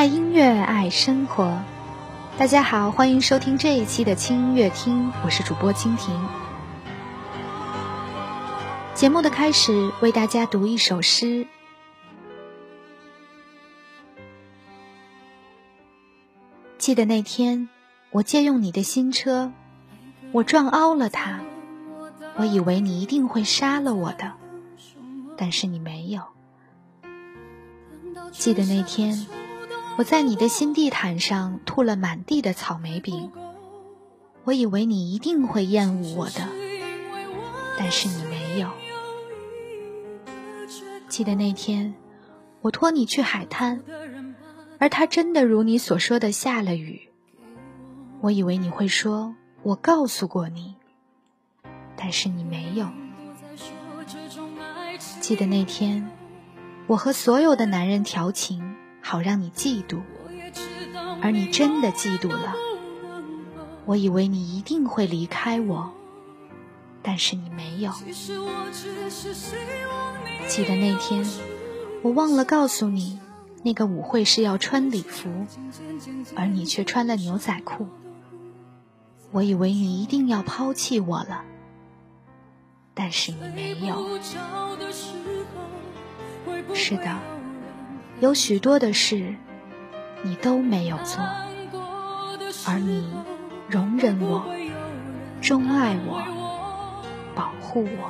爱音乐，爱生活。大家好，欢迎收听这一期的轻音乐厅，我是主播蜻蜓。节目的开始，为大家读一首诗。记得那天，我借用你的新车，我撞凹了它，我以为你一定会杀了我的，但是你没有。记得那天，我在你的新地毯上吐了满地的草莓饼，我以为你一定会厌恶我的，但是你没有。记得那天，我托你去海滩，而它真的如你所说的下了雨，我以为你会说我告诉过你，但是你没有。记得那天，我和所有的男人调情，好让你嫉妒，而你真的嫉妒了，我以为你一定会离开我，但是你没有。记得那天，我忘了告诉你，那个舞会是要穿礼服，而你却穿了牛仔裤，我以为你一定要抛弃我了，但是你没有。是的，有许多的事你都没有做，而你容忍我，钟爱我，保护我。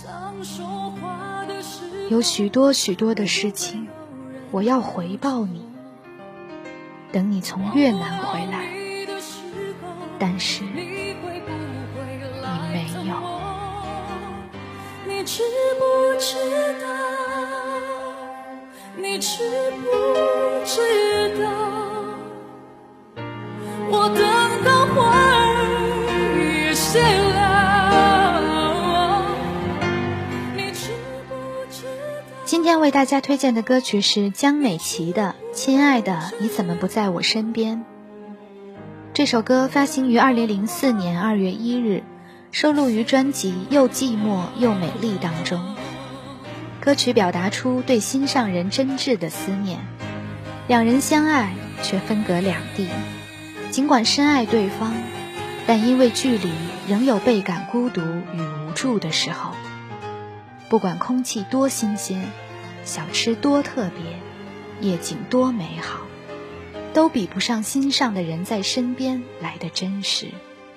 有许多许多的事情我要回报你，等你从越南回来，但是你没有。 你知不知道，你知不知道，我等到花儿也谢了，你知不知道。 今天为大家推荐的歌曲是江美琪的《亲爱的，你怎么不在我身边》。这首歌发行于2004年2月1日，收录于专辑《又寂寞又美丽》当中。歌曲表达出对心上人真挚的思念，两人相爱却分隔两地，尽管深爱对方，但因为距离仍有倍感孤独与无助的时候。不管空气多新鲜，小吃多特别，夜景多美好，都比不上心上的人在身边来得真实。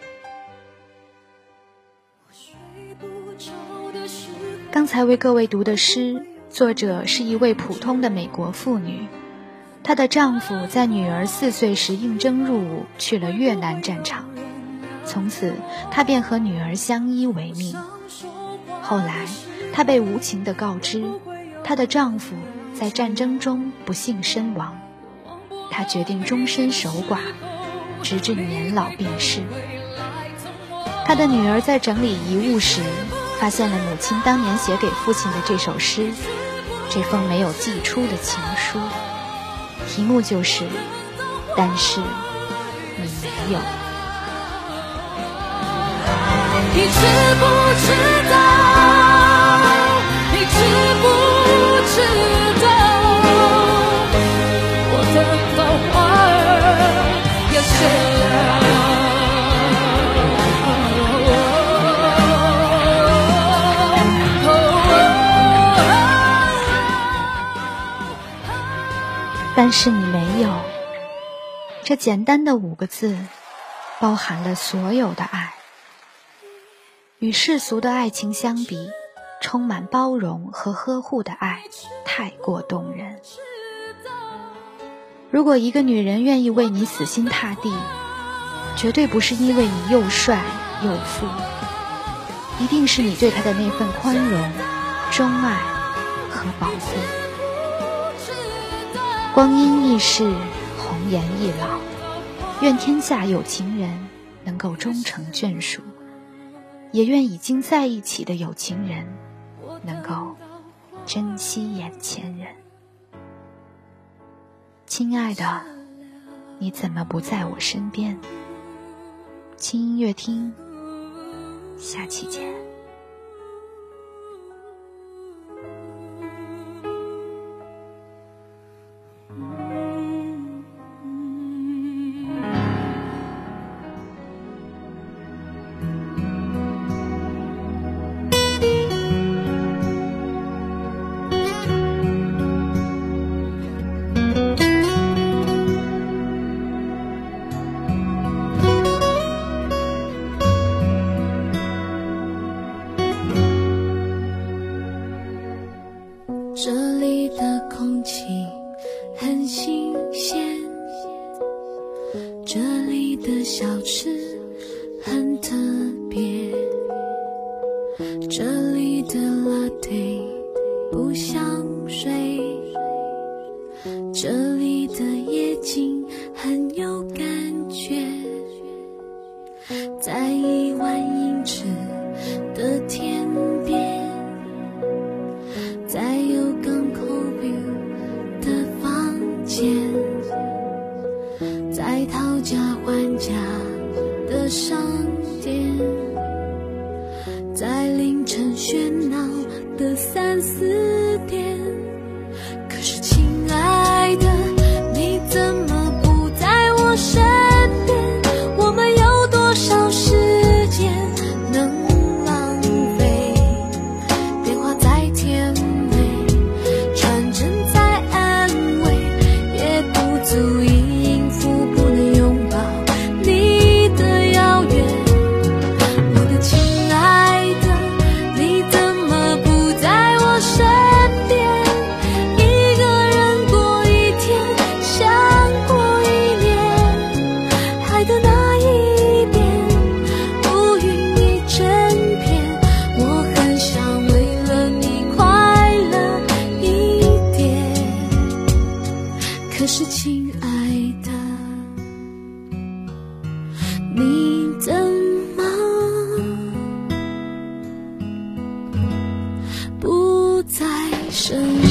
刚才为各位读的诗，作者是一位普通的美国妇女，她的丈夫在女儿4岁时应征入伍，去了越南战场，从此她便和女儿相依为命。后来她被无情地告知，她的丈夫在战争中不幸身亡，她决定终身守寡，直至年老病逝。她的女儿在整理遗物时，发现了母亲当年写给父亲的这首诗，这封没有寄出的情书，题目就是但是你没有。 你知不知道，你知不知道，我等到花儿也谢了。 但是你没有，这简单的5个字包含了所有的爱。与世俗的爱情相比，充满包容和呵护的爱太过动人。如果一个女人愿意为你死心塌地，绝对不是因为你又帅又富，一定是你对她的那份宽容、钟爱和保护。光阴易逝，红颜易老，愿天下有情人能够终成眷属，也愿已经在一起的有情人能够珍惜眼前人。亲爱的，你怎么不在我身边？轻音乐厅，下期见。 这里的空气很新鲜，这里的小吃很特别，这里的 latte 不像水，这里的夜景很有感觉，在1万英尺的天边，在有港口 view 的房间，在讨价还价的商店，在凌晨喧闹的3、4点。可是亲爱的，你怎么不在我身边？我们有多少时间能浪费？电话再甜美，传真再安慰，也不足以应付不能拥抱你的遥远。我的亲爱的，你怎么不在我身边？一个人过一天，像过一年，海的那一边，乌云一整片，我很想为了你快乐一点。可是亲爱的，你怎么不在身边？